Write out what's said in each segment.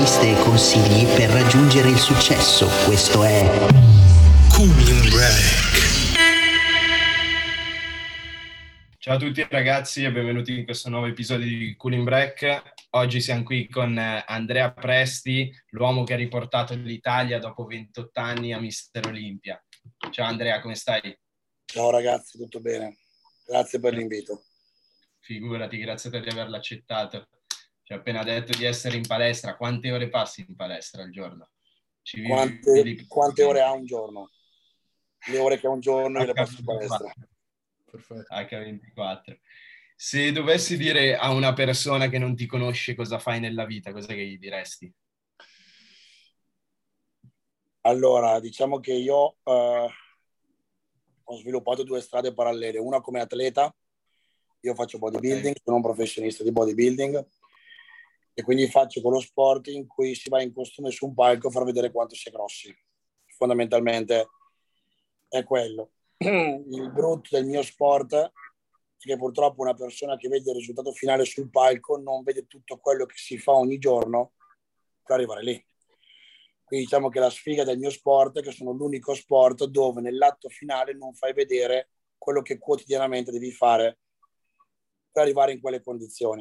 interviste e consigli per raggiungere il successo. Questo è Cooling Break. Ciao a tutti ragazzi e benvenuti in questo nuovo episodio di Cooling Break. Oggi siamo qui con Andrea Presti, l'uomo che ha riportato l'Italia dopo 28 anni a Mister Olympia. Ciao Andrea, come stai? Ciao ragazzi, tutto bene? Grazie per l'invito. Figurati, grazie a te di averlo accettato. Ci hai appena detto di essere in palestra. Quante ore passi in palestra al giorno? Quante ore ha un giorno? Le ore che ha un giorno io le passo in palestra. Perfetto. H24. Se dovessi dire a una persona che non ti conosce cosa fai nella vita, cosa che gli diresti? Allora, diciamo che io ho sviluppato due strade parallele. Una come atleta, io faccio bodybuilding, sono un professionista di bodybuilding e quindi faccio quello sport in cui si va in costume su un palco a far vedere quanto si è grossi. Fondamentalmente è quello. Il brutto del mio sport è che purtroppo una persona che vede il risultato finale sul palco non vede tutto quello che si fa ogni giorno per arrivare lì. Quindi diciamo che la sfiga del mio sport è che sono l'unico sport dove nell'atto finale non fai vedere quello che quotidianamente devi fare per arrivare in quelle condizioni.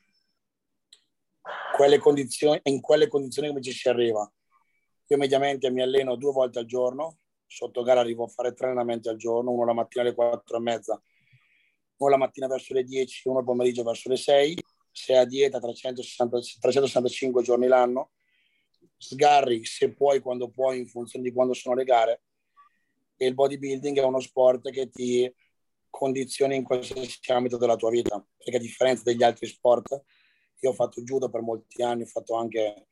In quelle condizioni come ci si arriva? Io mediamente mi alleno 2 volte al giorno, sotto gara arrivo a fare 3 allenamenti al giorno, uno la mattina alle 4:30, uno la mattina verso le 10, uno il pomeriggio verso le 6, sei a dieta 365 giorni l'anno, sgarri se puoi, quando puoi, in funzione di quando sono le gare, e il bodybuilding è uno sport che ti condizioni in qualsiasi ambito della tua vita, perché a differenza degli altri sport, io ho fatto judo per molti anni, ho fatto anche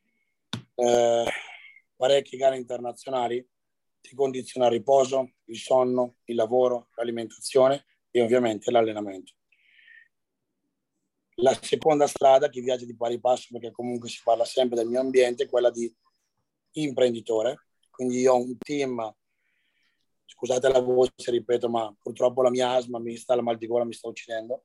parecchie gare internazionali, ti condiziona il riposo, il sonno, il lavoro, l'alimentazione e ovviamente l'allenamento. La seconda strada, che viaggia di pari passo, perché comunque si parla sempre del mio ambiente, è quella di imprenditore. Quindi io ho un team, scusate la voce, ripeto, ma purtroppo la mia asma la mal di gola mi sta uccidendo.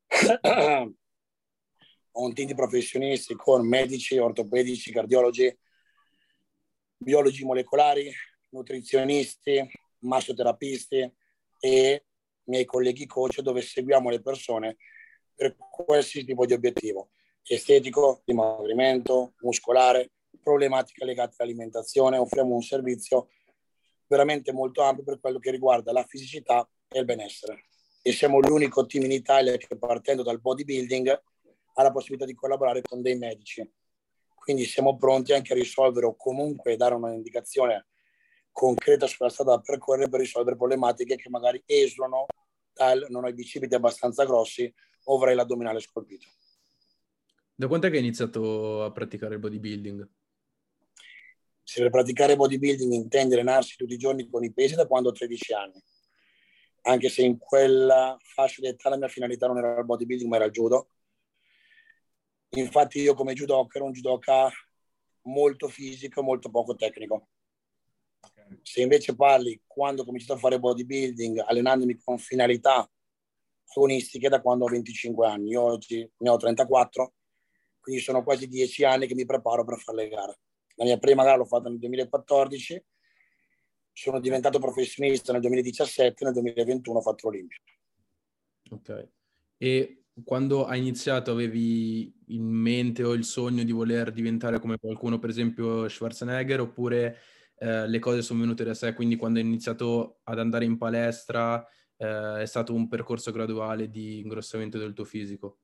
Ho un team di professionisti con medici, ortopedici, cardiologi, biologi molecolari, nutrizionisti, massoterapisti e miei colleghi coach, dove seguiamo le persone per qualsiasi tipo di obiettivo: estetico, dimagrimento, muscolare, problematiche legate all'alimentazione. Offriamo un servizio veramente molto ampio per quello che riguarda la fisicità e il benessere. E siamo l'unico team in Italia che, partendo dal bodybuilding, ha la possibilità di collaborare con dei medici. Quindi siamo pronti anche a risolvere o comunque dare un'indicazione concreta sulla strada da percorrere per risolvere problematiche che magari esulano dal non ho i bicipiti abbastanza grossi o avrei l'addominale scolpito. Da quanto è che hai iniziato a praticare il bodybuilding? Se per praticare bodybuilding intendi allenarsi tutti i giorni con i pesi, da quando ho 13 anni. Anche se in quella fascia d'età la mia finalità non era il bodybuilding ma era il judo. Infatti io come judoka ero un judoka molto fisico e molto poco tecnico. Se invece parli quando ho cominciato a fare bodybuilding allenandomi con finalità agonistiche, da quando ho 25 anni, io oggi ne ho 34, quindi sono quasi 10 anni che mi preparo per fare le gare. La mia prima gara l'ho fatta nel 2014, sono diventato professionista nel 2017, nel 2021 ho fatto l'Olimpia. Ok. E quando hai iniziato avevi in mente o il sogno di voler diventare come qualcuno, per esempio Schwarzenegger, oppure le cose sono venute da sé, quindi quando hai iniziato ad andare in palestra è stato un percorso graduale di ingrossamento del tuo fisico?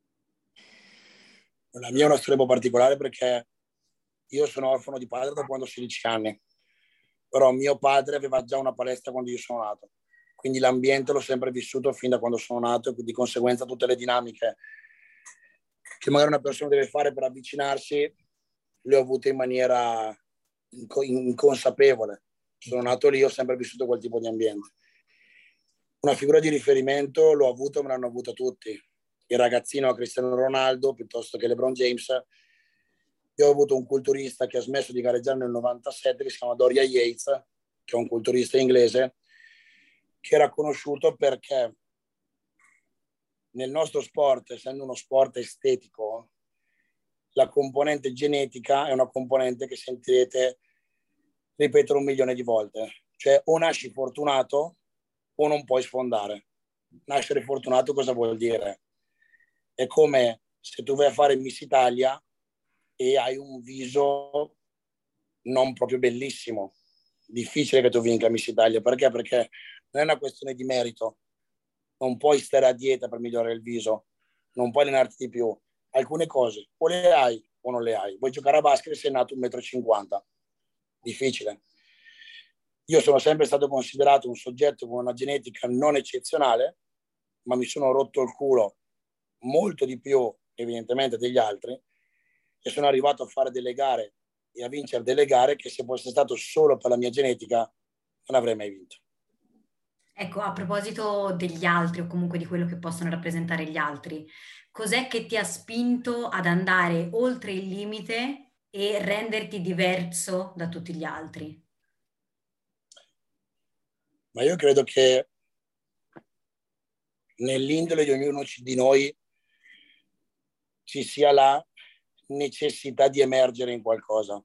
La mia è una storia un po' particolare perché io sono orfano di padre da quando ho 16 anni, però mio padre aveva già una palestra quando io sono nato, quindi l'ambiente l'ho sempre vissuto fin da quando sono nato e di conseguenza tutte le dinamiche che magari una persona deve fare per avvicinarsi le ho avute in maniera inconsapevole. Sono nato lì, ho sempre vissuto quel tipo di ambiente. Una figura di riferimento l'ho avuto, me l'hanno avuto tutti. Il ragazzino a Cristiano Ronaldo piuttosto che LeBron James. Io ho avuto un culturista che ha smesso di gareggiare nel 97, che si chiama Dorian Yates, che è un culturista inglese, che era conosciuto perché nel nostro sport, essendo uno sport estetico, la componente genetica è una componente che sentirete ripetere 1.000.000 di volte. Cioè o nasci fortunato o non puoi sfondare. Nascere fortunato cosa vuol dire? È come se tu vai a fare Miss Italia e hai un viso non proprio bellissimo. Difficile che tu vinca Miss Italia. Perché? Perché non è una questione di merito. Non puoi stare a dieta per migliorare il viso. Non puoi allenarti di più. Alcune cose o le hai o non le hai. Vuoi giocare a basket e sei nato 1,50 m. Difficile. Io sono sempre stato considerato un soggetto con una genetica non eccezionale, ma mi sono rotto il culo molto di più, evidentemente, degli altri, e sono arrivato a fare delle gare e a vincere delle gare che se fosse stato solo per la mia genetica non avrei mai vinto. Ecco, a proposito degli altri o comunque di quello che possono rappresentare gli altri, cos'è che ti ha spinto ad andare oltre il limite e renderti diverso da tutti gli altri? Ma io credo che nell'indole di ognuno di noi ci sia la necessità di emergere in qualcosa.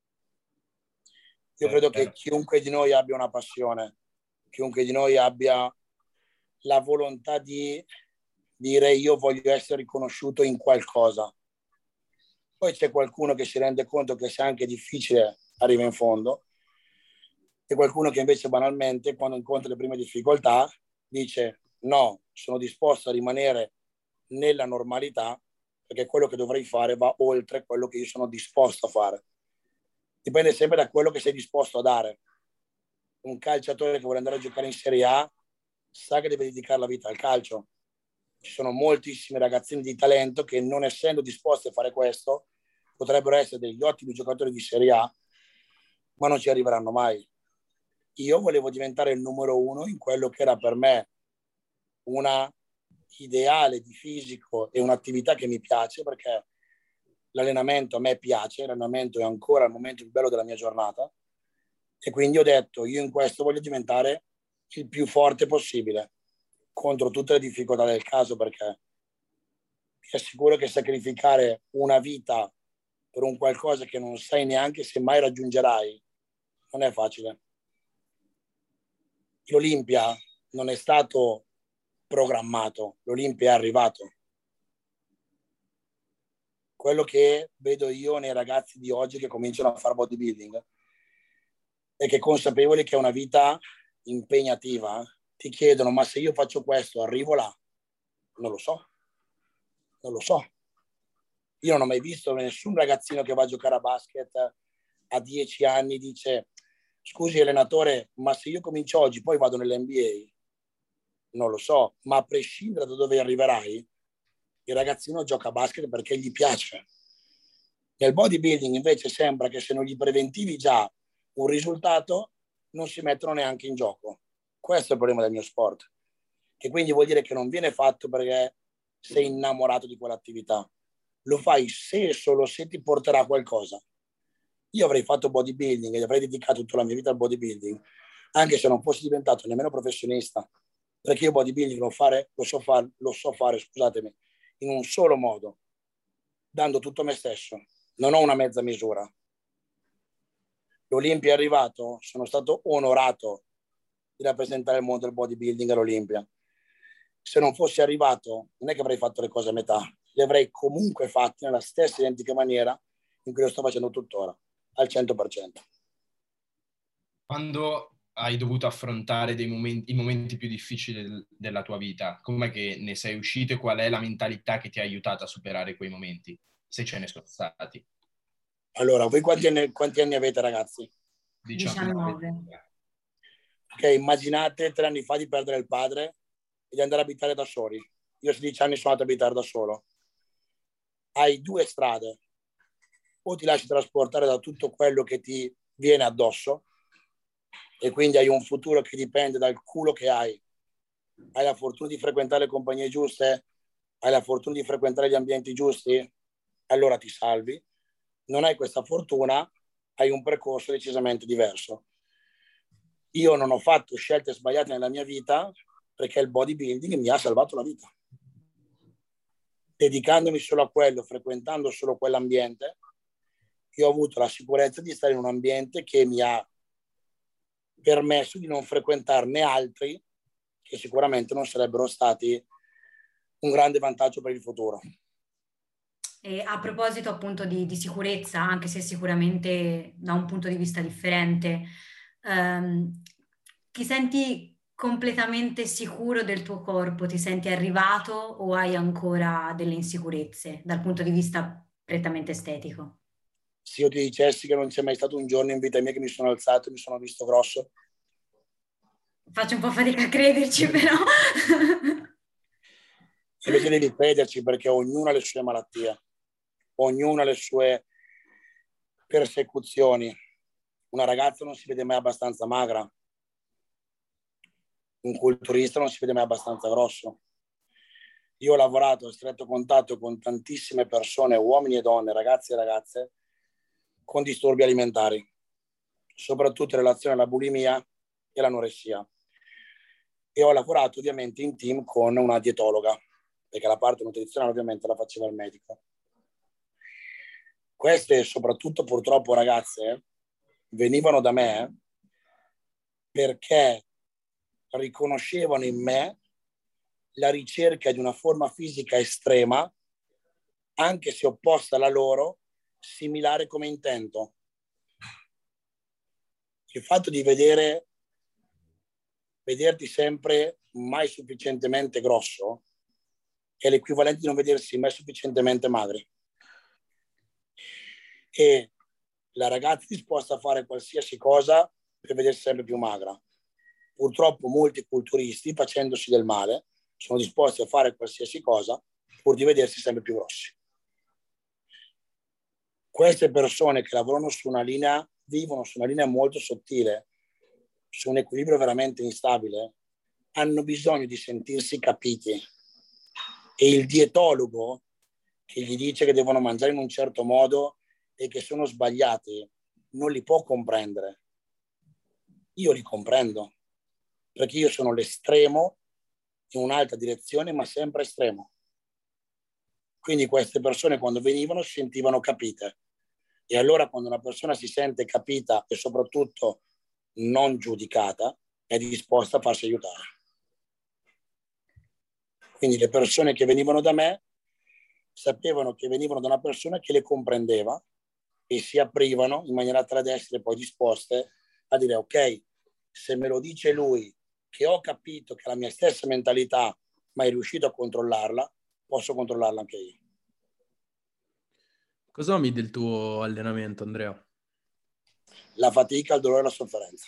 Io credo che chiunque di noi abbia una passione, chiunque di noi abbia la volontà di dire io voglio essere riconosciuto in qualcosa. Poi c'è qualcuno che si rende conto che sia anche difficile arriva in fondo e qualcuno che invece banalmente quando incontra le prime difficoltà dice no, sono disposto a rimanere nella normalità perché quello che dovrei fare va oltre quello che io sono disposto a fare. Dipende sempre da quello che sei disposto a dare. Un calciatore che vuole andare a giocare in Serie A sa che deve dedicare la vita al calcio. Ci sono moltissimi ragazzini di talento che non essendo disposti a fare questo potrebbero essere degli ottimi giocatori di Serie A, ma non ci arriveranno mai. Io volevo diventare il numero uno in quello che era per me una ideale di fisico e un'attività che mi piace perché l'allenamento a me piace, l'allenamento è ancora il momento più bello della mia giornata e quindi ho detto io in questo voglio diventare il più forte possibile contro tutte le difficoltà del caso perché ti assicuro che sacrificare una vita per un qualcosa che non sai neanche se mai raggiungerai non è facile. L'Olimpia non è stato programmato, l'Olimpia è arrivato. Quello che vedo io nei ragazzi di oggi che cominciano a fare bodybuilding è che consapevoli che è una vita impegnativa ti chiedono ma se io faccio questo arrivo là? Non lo so. Io non ho mai visto nessun ragazzino che va a giocare a basket a 10 anni dice scusi allenatore ma se io comincio oggi poi vado nell'NBA? Non lo so, ma a prescindere da dove arriverai il ragazzino gioca a basket perché gli piace. Nel bodybuilding invece sembra che se non gli preventivi già un risultato non si mettono neanche in gioco. Questo è il problema del mio sport, che quindi vuol dire che non viene fatto perché sei innamorato di quell'attività. Lo fai se e solo se ti porterà a qualcosa. Io avrei fatto bodybuilding e avrei dedicato tutta la mia vita al bodybuilding, anche se non fossi diventato nemmeno professionista, perché io bodybuilding lo so fare, scusatemi, in un solo modo, dando tutto me stesso. Non ho una mezza misura. L'Olimpia è arrivato, sono stato onorato di rappresentare il mondo del bodybuilding all'Olimpia. Se non fossi arrivato, non è che avrei fatto le cose a metà, le avrei comunque fatte nella stessa identica maniera in cui lo sto facendo tuttora, al 100%. Quando hai dovuto affrontare i momenti più difficili della tua vita, com'è che ne sei uscito e qual è la mentalità che ti ha aiutato a superare quei momenti, se ce ne sono stati? Allora, voi quanti anni avete ragazzi? 19. Ok, immaginate 3 anni fa di perdere il padre e di andare a abitare da soli. Io a 16 anni sono andato a abitare da solo. Hai 2 strade. O ti lasci trasportare da tutto quello che ti viene addosso e quindi hai un futuro che dipende dal culo che hai. Hai la fortuna di frequentare le compagnie giuste, hai la fortuna di frequentare gli ambienti giusti, allora ti salvi. Non hai questa fortuna, hai un percorso decisamente diverso. Io non ho fatto scelte sbagliate nella mia vita perché il bodybuilding mi ha salvato la vita. dedicandomi solo a quello, frequentando solo quell'ambiente, io ho avuto la sicurezza di stare in un ambiente che mi ha permesso di non frequentarne altri che sicuramente non sarebbero stati un grande vantaggio per il futuro. E a proposito appunto di sicurezza, anche se sicuramente da un punto di vista differente, ti senti completamente sicuro del tuo corpo? Ti senti arrivato o hai ancora delle insicurezze dal punto di vista prettamente estetico? Se io ti dicessi che non c'è mai stato un giorno in vita mia che mi sono alzato e mi sono visto grosso, faccio un po' fatica a crederci, però. invece devi crederci, perché ognuno ha le sue malattie, ognuno ha le sue persecuzioni. Una ragazza non si vede mai abbastanza magra, un culturista non si vede mai abbastanza grosso. Io ho lavorato a stretto contatto con tantissime persone, uomini e donne, ragazzi e ragazze, con disturbi alimentari, soprattutto in relazione alla bulimia e all'anoressia. E ho lavorato ovviamente in team con una dietologa, perché la parte nutrizionale ovviamente la faceva il medico. Queste, soprattutto purtroppo ragazze, venivano da me perché riconoscevano in me la ricerca di una forma fisica estrema, anche se opposta alla loro, similare come intento. Il fatto di vederti sempre mai sufficientemente grosso è l'equivalente di non vedersi mai sufficientemente magri. E la ragazza è disposta a fare qualsiasi cosa per vedersi sempre più magra. Purtroppo molti culturisti, facendosi del male, sono disposti a fare qualsiasi cosa pur di vedersi sempre più grossi. Queste persone che lavorano su una linea, vivono su una linea molto sottile, su un equilibrio veramente instabile, hanno bisogno di sentirsi capiti. E il dietologo che gli dice che devono mangiare in un certo modo e che sono sbagliati non li può comprendere. Io li comprendo, perché io sono l'estremo in un'altra direzione, ma sempre estremo. Quindi queste persone quando venivano si sentivano capite. E allora quando una persona si sente capita e soprattutto non giudicata, è disposta a farsi aiutare. Quindi le persone che venivano da me sapevano che venivano da una persona che le comprendeva e si aprivano in maniera tale da essere poi disposte a dire ok, se me lo dice lui che ho capito che è la mia stessa mentalità ma è riuscito a controllarla, posso controllarla anche io. Cosa ami del tuo allenamento, Andrea? La fatica, il dolore e la sofferenza.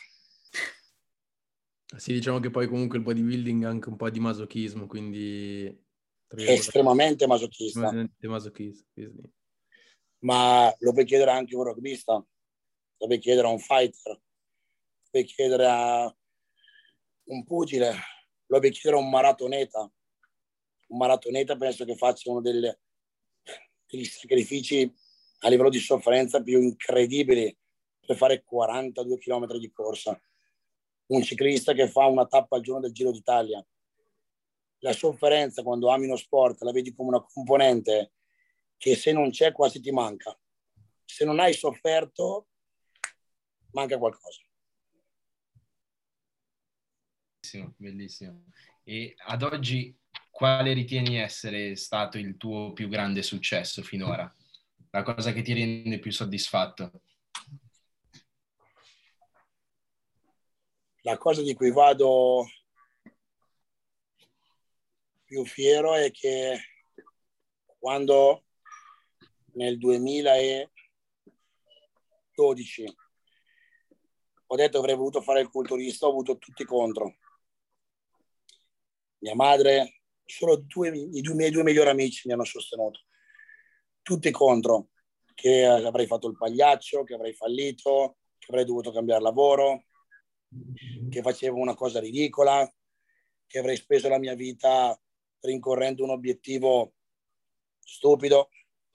Sì, diciamo che poi comunque il bodybuilding è anche un po' di masochismo, quindi... È estremamente masochista. Estremamente masochista, quindi. Ma lo puoi chiedere anche a un rugbista, lo puoi chiedere a un fighter, lo puoi chiedere a un pugile, lo puoi chiedere a un maratoneta. Un maratoneta penso che faccia uno degli sacrifici a livello di sofferenza più incredibili per fare 42 km di corsa. Un ciclista che fa una tappa al giorno del Giro d'Italia. La sofferenza quando ami uno sport la vedi come una componente che se non c'è quasi ti manca. Se non hai sofferto manca qualcosa. Bellissimo, bellissimo. E ad oggi quale ritieni essere stato il tuo più grande successo finora? La cosa che ti rende più soddisfatto? La cosa di cui vado più fiero è che quando nel 2012 ho detto avrei voluto fare il culturista, ho avuto tutti contro. Mia madre, solo i miei due migliori amici mi hanno sostenuto. Tutti contro, che avrei fatto il pagliaccio, che avrei fallito, che avrei dovuto cambiare lavoro, che facevo una cosa ridicola, che avrei speso la mia vita rincorrendo un obiettivo stupido.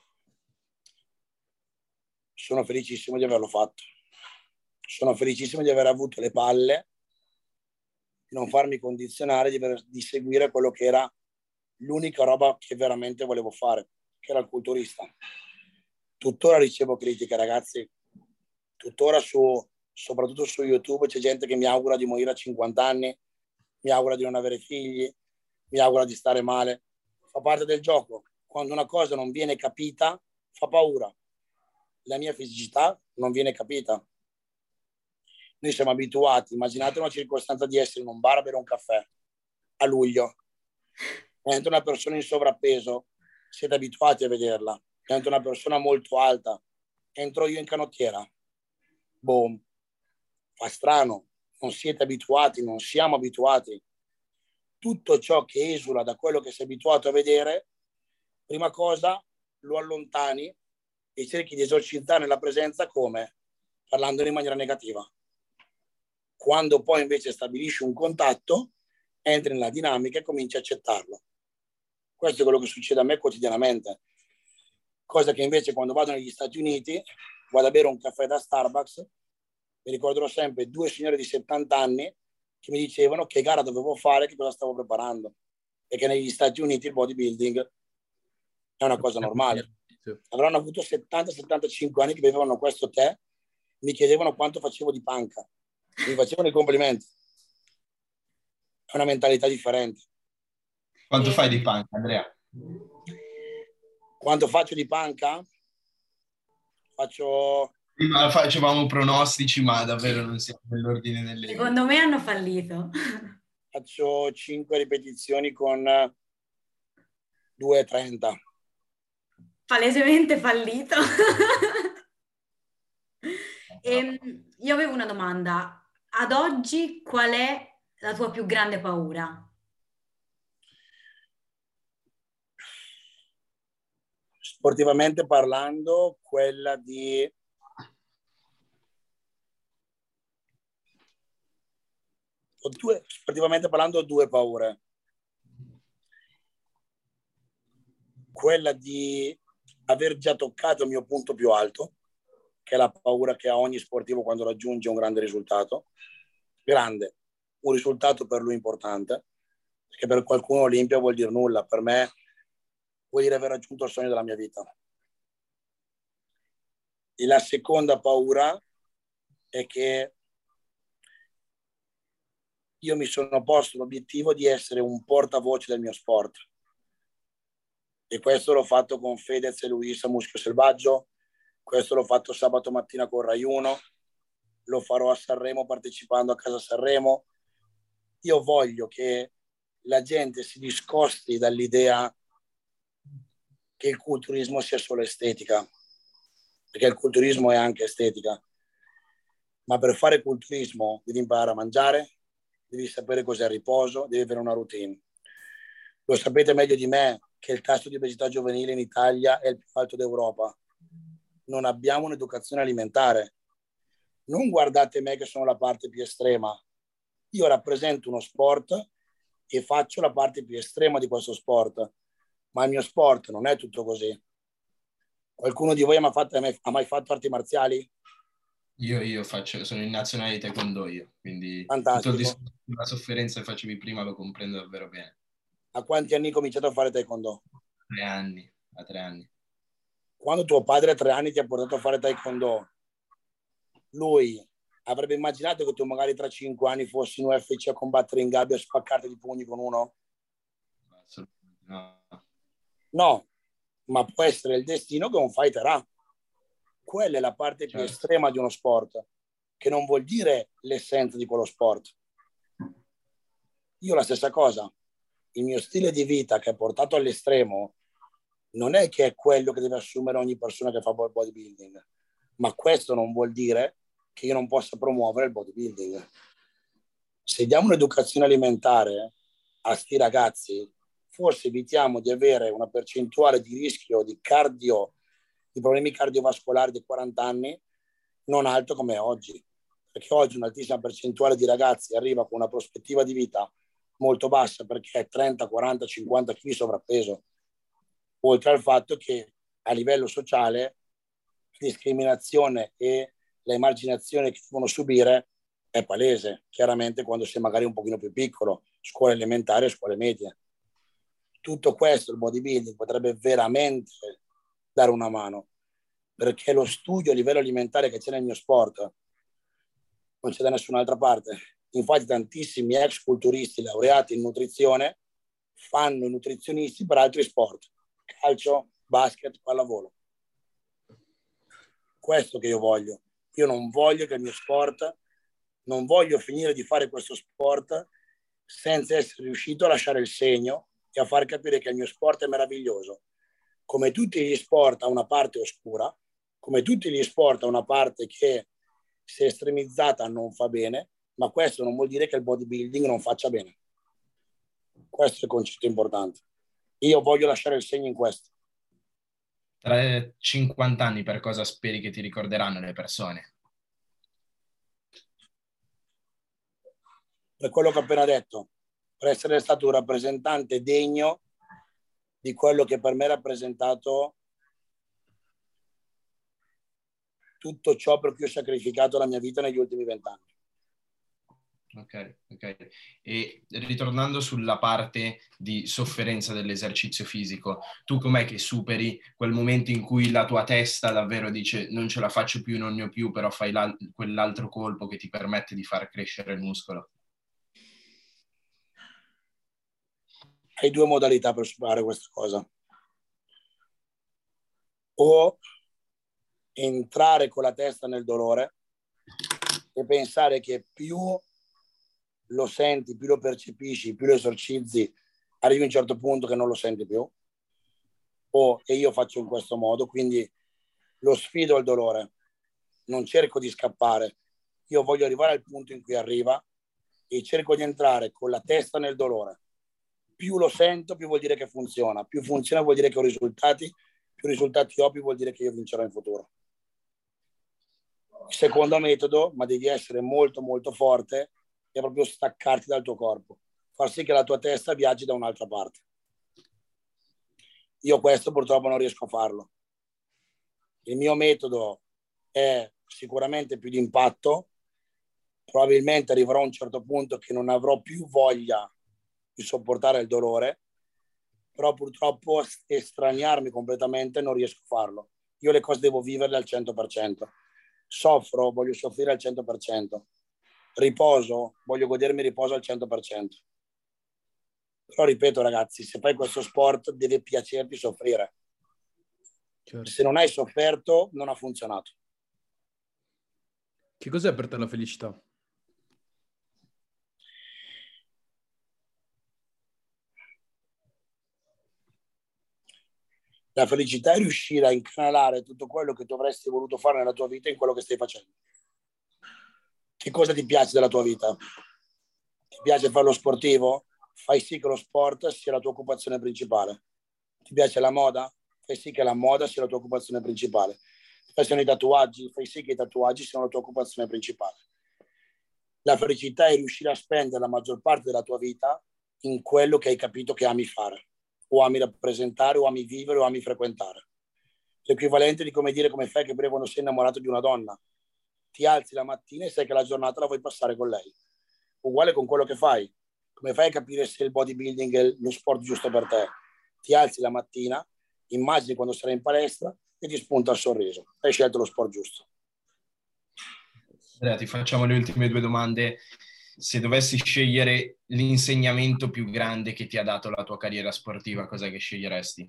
Sono felicissimo di averlo fatto. Sono felicissimo di aver avuto le palle di non farmi condizionare, di seguire quello che era l'unica roba che veramente volevo fare, che era il culturista. Tuttora ricevo critiche, ragazzi. Tuttora soprattutto su YouTube c'è gente che mi augura di morire a 50 anni, mi augura di non avere figli, mi augura di stare male. Fa parte del gioco. Quando una cosa non viene capita, fa paura. La mia fisicità non viene capita. Noi siamo abituati, immaginate una circostanza di essere in un bar a bere un caffè a luglio. Entra una persona in sovrappeso, siete abituati a vederla. Entra una persona molto alta, entro io in canottiera. Boom. Fa strano, non siete abituati, non siamo abituati. Tutto ciò che esula da quello che sei abituato a vedere, prima cosa lo allontani e cerchi di esorcizzare la presenza come? Parlandone in maniera negativa. Quando poi invece stabilisci un contatto, entri nella dinamica e cominci a accettarlo. Questo è quello che succede a me quotidianamente. Cosa che invece quando vado negli Stati Uniti, vado a bere un caffè da Starbucks, mi ricorderò sempre 2 signore di 70 anni che mi dicevano che gara dovevo fare, che cosa stavo preparando. E che negli Stati Uniti il bodybuilding è una cosa normale. Avranno avuto 70-75 anni che bevevano questo tè, mi chiedevano quanto facevo di panca. Mi facevano i complimenti. È una mentalità differente. Quanto fai di panca, Andrea? Quanto faccio di panca? Prima facevamo pronostici, ma davvero non siamo nell'ordine delle... Secondo me hanno fallito. Faccio 5 ripetizioni con 2,30. Palesemente fallito. Io avevo una domanda. Ad oggi qual è la tua più grande paura? Sportivamente parlando, quella di sportivamente parlando ho 2 paure. Quella di aver già toccato il mio punto più alto, che è la paura che ha ogni sportivo quando raggiunge un grande risultato. Grande, un risultato per lui importante, perché per qualcuno Olimpia vuol dire nulla, per me vuol dire aver raggiunto il sogno della mia vita. E la seconda paura è che io mi sono posto l'obiettivo di essere un portavoce del mio sport. E questo l'ho fatto con Fedez e Luisa Muschio Selvaggio, questo l'ho fatto sabato mattina con Rai 1, lo farò a Sanremo partecipando a Casa Sanremo. Io voglio che la gente si discosti dall'idea che il culturismo sia solo estetica, perché il culturismo è anche estetica, ma per fare culturismo devi imparare a mangiare, devi sapere cos'è il riposo, devi avere una routine. Lo sapete meglio di me che il tasso di obesità giovanile in Italia è il più alto d'Europa. Non abbiamo un'educazione alimentare. Non guardate me che sono la parte più estrema. Io rappresento uno sport e faccio la parte più estrema di questo sport, ma il mio sport non è tutto così. Qualcuno di voi ha mai fatto arti marziali? Io sono in nazionale di taekwondo quindi fantastico. Tutto il discorso della sofferenza che facevi prima lo comprendo davvero bene. A quanti anni hai cominciato a fare taekwondo? 3 anni, a 3 anni. Quando tuo padre a 3 anni ti ha portato a fare taekwondo, lui avrebbe immaginato che tu magari tra 5 anni fossi in UFC a combattere in gabbia e spaccarti di pugni con uno? Assolutamente no. No, ma può essere il destino che un fighter ha. Quella è la parte più estrema di uno sport, che non vuol dire l'essenza di quello sport. Io la stessa cosa. Il mio stile di vita che è portato all'estremo non è che è quello che deve assumere ogni persona che fa bodybuilding, ma questo non vuol dire che io non possa promuovere il bodybuilding. Se diamo un'educazione alimentare a sti ragazzi, forse evitiamo di avere una percentuale di rischio di problemi cardiovascolari di 40 anni non alto come oggi, perché oggi un'altissima percentuale di ragazzi arriva con una prospettiva di vita molto bassa perché è 30, 40, 50 kg sovrappeso, oltre al fatto che a livello sociale la discriminazione e l'emarginazione che devono subire è palese, chiaramente quando sei magari un pochino più piccolo, scuole elementari e scuole medie. tutto questo il bodybuilding potrebbe veramente dare una mano, perché lo studio a livello alimentare che c'è nel mio sport non c'è da nessun'altra parte. Infatti tantissimi ex culturisti laureati in nutrizione fanno i nutrizionisti per altri sport, calcio, basket, pallavolo. Questo che io voglio. Io non voglio che il mio sport, non voglio finire di fare questo sport senza essere riuscito a lasciare il segno e a far capire che il mio sport è meraviglioso. Come tutti gli sport ha una parte oscura, come tutti gli sport ha una parte che se estremizzata non fa bene, ma questo non vuol dire che il bodybuilding non faccia bene. Questo è il concetto importante. Io voglio lasciare il segno in questo. Tra 50 anni per cosa speri che ti ricorderanno le persone? Per quello che ho appena detto, per essere stato un rappresentante degno di quello che per me ha rappresentato tutto ciò per cui ho sacrificato la mia vita negli ultimi 20 anni. Ok. E ritornando sulla parte di sofferenza dell'esercizio fisico, tu com'è che superi quel momento in cui la tua testa davvero dice non ce la faccio più, non ne ho più, però fai quell'altro colpo che ti permette di far crescere il muscolo? Hai due modalità per superare questa cosa. O entrare con la testa nel dolore e pensare che più lo senti, più lo percepisci, più lo esorcizzi, arrivi a un certo punto che non lo senti più. E io faccio in questo modo, quindi lo sfido al dolore, non cerco di scappare, io voglio arrivare al punto in cui arriva e cerco di entrare con la testa nel dolore. Più lo sento, più vuol dire che funziona, più funziona vuol dire che ho risultati, più risultati ho, più vuol dire che io vincerò in futuro. Il secondo metodo, ma devi essere molto molto forte, è proprio staccarti dal tuo corpo, far sì che la tua testa viaggi da un'altra parte. Io questo purtroppo non riesco a farlo. Il mio metodo è sicuramente più di impatto, probabilmente arriverò a un certo punto che non avrò più voglia di sopportare il dolore, però purtroppo estraniarmi completamente non riesco a farlo. Io le cose devo viverle al 100%. Soffro, voglio soffrire al 100%. Riposo, voglio godermi il riposo al 100%. Però ripeto ragazzi, se fai questo sport deve piacerti soffrire. Certo. Se non hai sofferto non ha funzionato. Che cos'è per te la felicità? La felicità è riuscire a incanalare tutto quello che tu avresti voluto fare nella tua vita in quello che stai facendo. Che cosa ti piace della tua vita? Ti piace fare lo sportivo? Fai sì che lo sport sia la tua occupazione principale. Ti piace la moda? Fai sì che la moda sia la tua occupazione principale. Ti piacciono i tatuaggi? Fai sì che i tatuaggi siano la tua occupazione principale. La felicità è riuscire a spendere la maggior parte della tua vita in quello che hai capito che ami fare, o ami rappresentare, o ami vivere, o ami frequentare. L'equivalente di come dire come fai che quando sei innamorato di una donna, ti alzi la mattina e sai che la giornata la vuoi passare con lei. Uguale con quello che fai. Come fai a capire se il bodybuilding è lo sport giusto per te? Ti alzi la mattina, immagini quando sarai in palestra e ti spunta il sorriso. Hai scelto lo sport giusto. Andrea, ti facciamo le ultime due domande. Se dovessi scegliere l'insegnamento più grande che ti ha dato la tua carriera sportiva, cos'è che sceglieresti?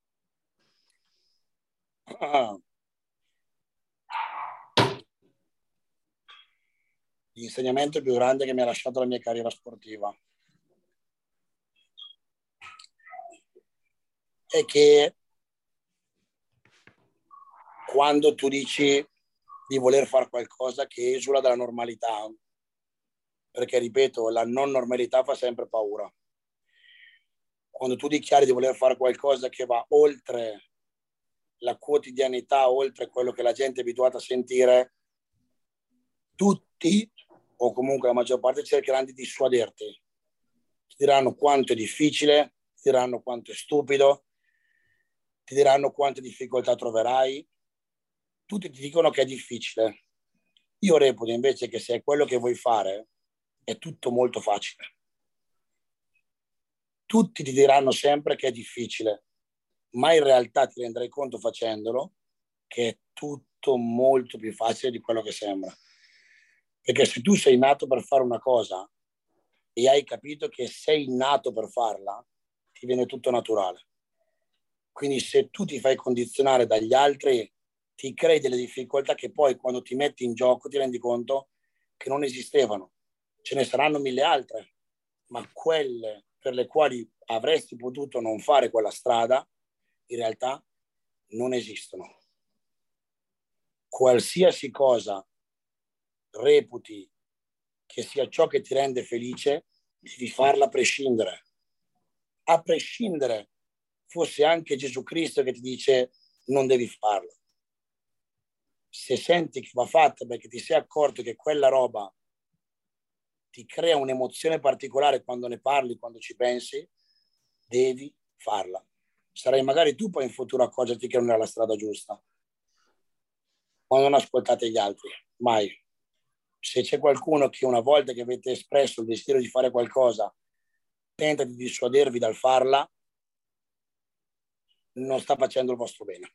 L'insegnamento più grande che mi ha lasciato la mia carriera sportiva è che quando tu dici di voler fare qualcosa che esula dalla normalità, perché ripeto, la non normalità fa sempre paura. Quando tu dichiari di voler fare qualcosa che va oltre la quotidianità, oltre quello che la gente è abituata a sentire, tutti, o comunque la maggior parte, cercheranno di dissuaderti. Ti diranno quanto è difficile, ti diranno quanto è stupido, ti diranno quante difficoltà troverai. Tutti ti dicono che è difficile. Io reputo invece che se è quello che vuoi fare, è tutto molto facile. tutti ti diranno sempre che è difficile, ma in realtà ti renderai conto facendolo che è tutto molto più facile di quello che sembra. Perché se tu sei nato per fare una cosa e hai capito che sei nato per farla, ti viene tutto naturale. Quindi se tu ti fai condizionare dagli altri, ti crei delle difficoltà che poi quando ti metti in gioco ti rendi conto che non esistevano. Ce ne saranno 1000 altre, ma quelle per le quali avresti potuto non fare quella strada, in realtà non esistono. Qualsiasi cosa reputi che sia ciò che ti rende felice, devi farla a prescindere. A prescindere, fosse anche Gesù Cristo che ti dice non devi farlo. Se senti che va fatta perché ti sei accorto che quella roba ti crea un'emozione particolare quando ne parli, quando ci pensi, devi farla. Sarai magari tu poi in futuro accorgerti che non è la strada giusta. Ma non ascoltate gli altri, mai. Se c'è qualcuno che una volta che avete espresso il desiderio di fare qualcosa tenta di dissuadervi dal farla, non sta facendo il vostro bene.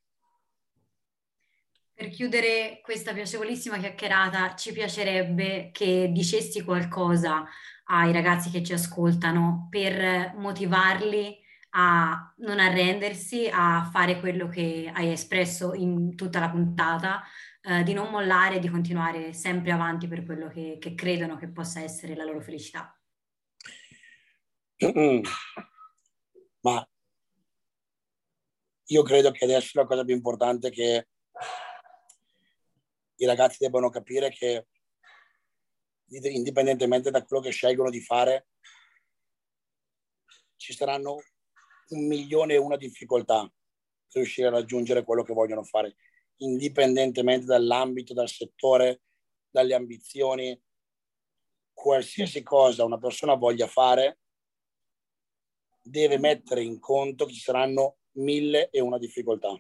Per chiudere questa piacevolissima chiacchierata, ci piacerebbe che dicessi qualcosa ai ragazzi che ci ascoltano per motivarli a non arrendersi, a fare quello che hai espresso in tutta la puntata, di non mollare, di continuare sempre avanti per quello che credono che possa essere la loro felicità. Ma io credo che adesso la cosa più importante è che i ragazzi debbano capire che indipendentemente da quello che scelgono di fare, ci saranno 1.000.001 difficoltà per riuscire a raggiungere quello che vogliono fare, indipendentemente dall'ambito, dal settore, dalle ambizioni. Qualsiasi cosa una persona voglia fare, deve mettere in conto che ci saranno 1.001 difficoltà.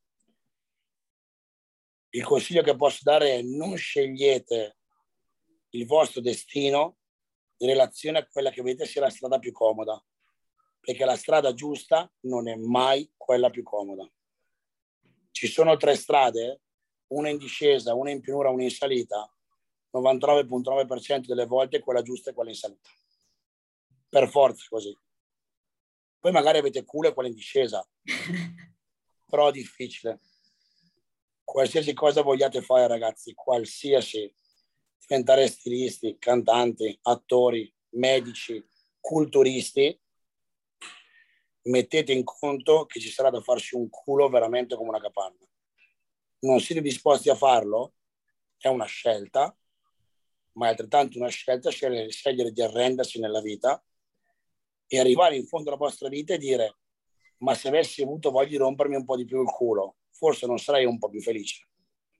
Il consiglio che posso dare è: non scegliete il vostro destino in relazione a quella che vedete sia la strada più comoda, perché la strada giusta non è mai quella più comoda. Ci sono 3 strade, una in discesa, una in pianura, una in salita. 99,9% delle volte quella giusta è quella in salita. Per forza così. Poi magari avete culo e quella in discesa, però è difficile. Qualsiasi cosa vogliate fare, ragazzi, qualsiasi, diventare stilisti, cantanti, attori, medici, culturisti, mettete in conto che ci sarà da farsi un culo veramente come una capanna. Non siete disposti a farlo? È una scelta, ma è altrettanto una scelta scegliere di arrendersi nella vita e arrivare in fondo alla vostra vita e dire: ma se avessi avuto voglia di rompermi un po' di più il culo, forse non sarei un po' più felice.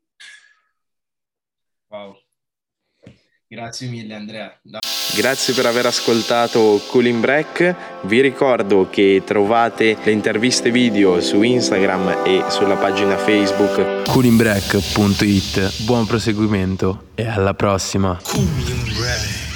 Wow. Grazie mille, Andrea. Grazie per aver ascoltato Cooling Break. Vi ricordo che trovate le interviste video su Instagram e sulla pagina Facebook coolingbreak.it. Buon proseguimento e alla prossima. Cooling Break.